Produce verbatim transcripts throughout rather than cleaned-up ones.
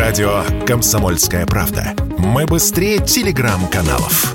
Радио «Комсомольская правда». Мы быстрее телеграм-каналов.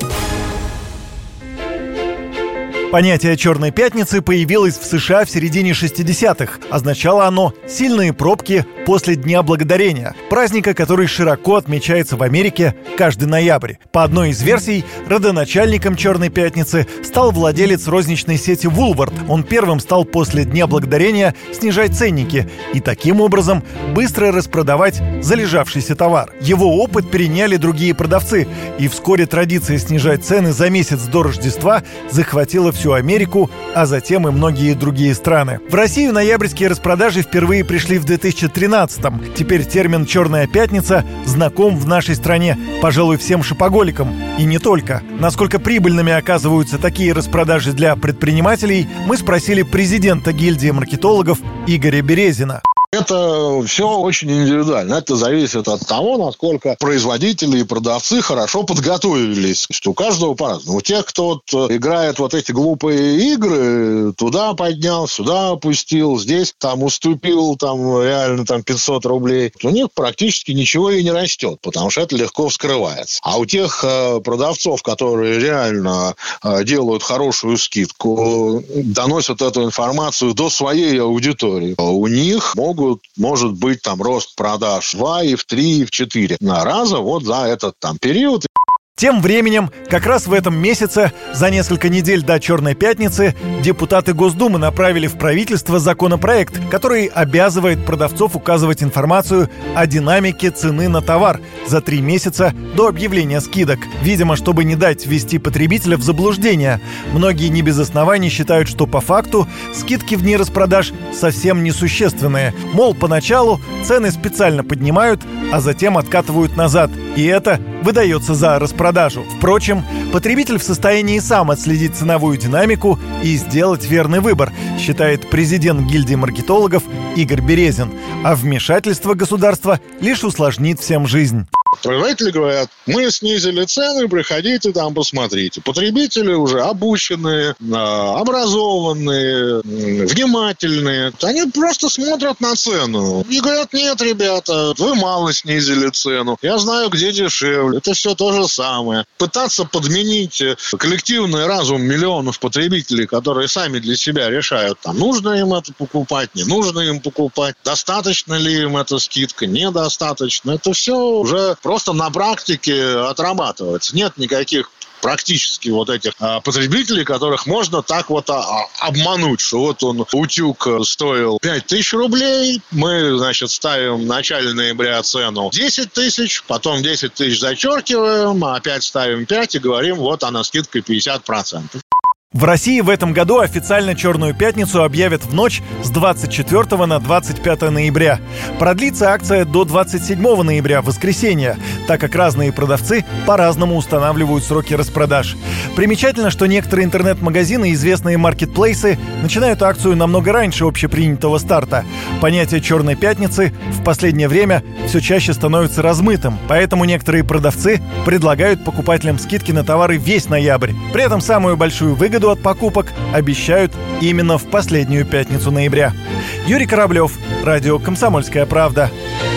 Понятие «Черной пятницы» появилось в США в середине шестидесятых. Означало оно «сильные пробки после Дня Благодарения», праздника, который широко отмечается в Америке каждый ноябрь. По одной из версий, родоначальником «Черной пятницы» стал владелец розничной сети Woolworth. Он первым стал после Дня Благодарения снижать ценники и таким образом быстро распродавать залежавшийся товар. Его опыт переняли другие продавцы, и вскоре традиция снижать цены за месяц до Рождества захватила всю Америку, а затем и многие другие страны. В Россию ноябрьские распродажи впервые пришли в две тысячи тринадцатом. Теперь термин «Черная пятница» знаком в нашей стране, пожалуй, всем шопоголикам. И не только. Насколько прибыльными оказываются такие распродажи для предпринимателей, мы спросили президента гильдии маркетологов Игоря Березина. Это все очень индивидуально. Это зависит от того, насколько производители и продавцы хорошо подготовились. У каждого по-разному. У тех, кто вот играет вот эти глупые игры, туда поднял, сюда опустил, здесь там уступил там реально там пятьсот рублей, у них практически ничего и не растет, потому что это легко вскрывается. А у тех э, продавцов, которые реально э, делают хорошую скидку, доносят эту информацию до своей аудитории, у них могут может быть там рост продаж в два, и в три, и в четыре раза вот за этот там период. Тем временем, как раз в этом месяце, за несколько недель до «Черной пятницы», депутаты Госдумы направили в правительство законопроект, который обязывает продавцов указывать информацию о динамике цены на товар за три месяца до объявления скидок. Видимо, чтобы не дать ввести потребителя в заблуждение. Многие не без оснований считают, что по факту скидки в дни распродаж совсем несущественные. Мол, поначалу цены специально поднимают, а затем откатывают назад. И это выдается за распродажу. Впрочем, потребитель в состоянии сам отследить ценовую динамику и сделать верный выбор, считает президент гильдии маркетологов Игорь Березин. А вмешательство государства лишь усложнит всем жизнь. Производители говорят, мы снизили цены, приходите там, посмотрите. Потребители уже обученные, образованные, внимательные. Они просто смотрят на цену и говорят, нет, ребята, вы мало снизили цену. Я знаю, где дешевле. Это все то же самое. Пытаться подменить коллективный разум миллионов потребителей, которые сами для себя решают, там, нужно им это покупать, не нужно им покупать, достаточно ли им эта скидка, недостаточно. Это все уже просто на практике отрабатывается. Нет никаких практически вот этих а, потребителей, которых можно так вот а, обмануть, что вот он, утюг стоил пять тысяч рублей, мы, значит, ставим в начале ноября цену десять тысяч, потом десять тысяч зачеркиваем, опять ставим пять и говорим, вот она скидка пятьдесят процентов. В России в этом году официально «Черную пятницу» объявят в ночь с двадцать четвёртого на двадцать пятое ноября. Продлится акция до двадцать седьмого ноября, воскресенья, так как разные продавцы по-разному устанавливают сроки распродаж. Примечательно, что некоторые интернет-магазины и известные маркетплейсы начинают акцию намного раньше общепринятого старта. Понятие «Черной пятницы» в последнее время все чаще становится размытым, поэтому некоторые продавцы предлагают покупателям скидки на товары весь ноябрь. При этом самую большую выгоду от покупок обещают именно в последнюю пятницу ноября. Юрий Кораблев, радио «Комсомольская правда».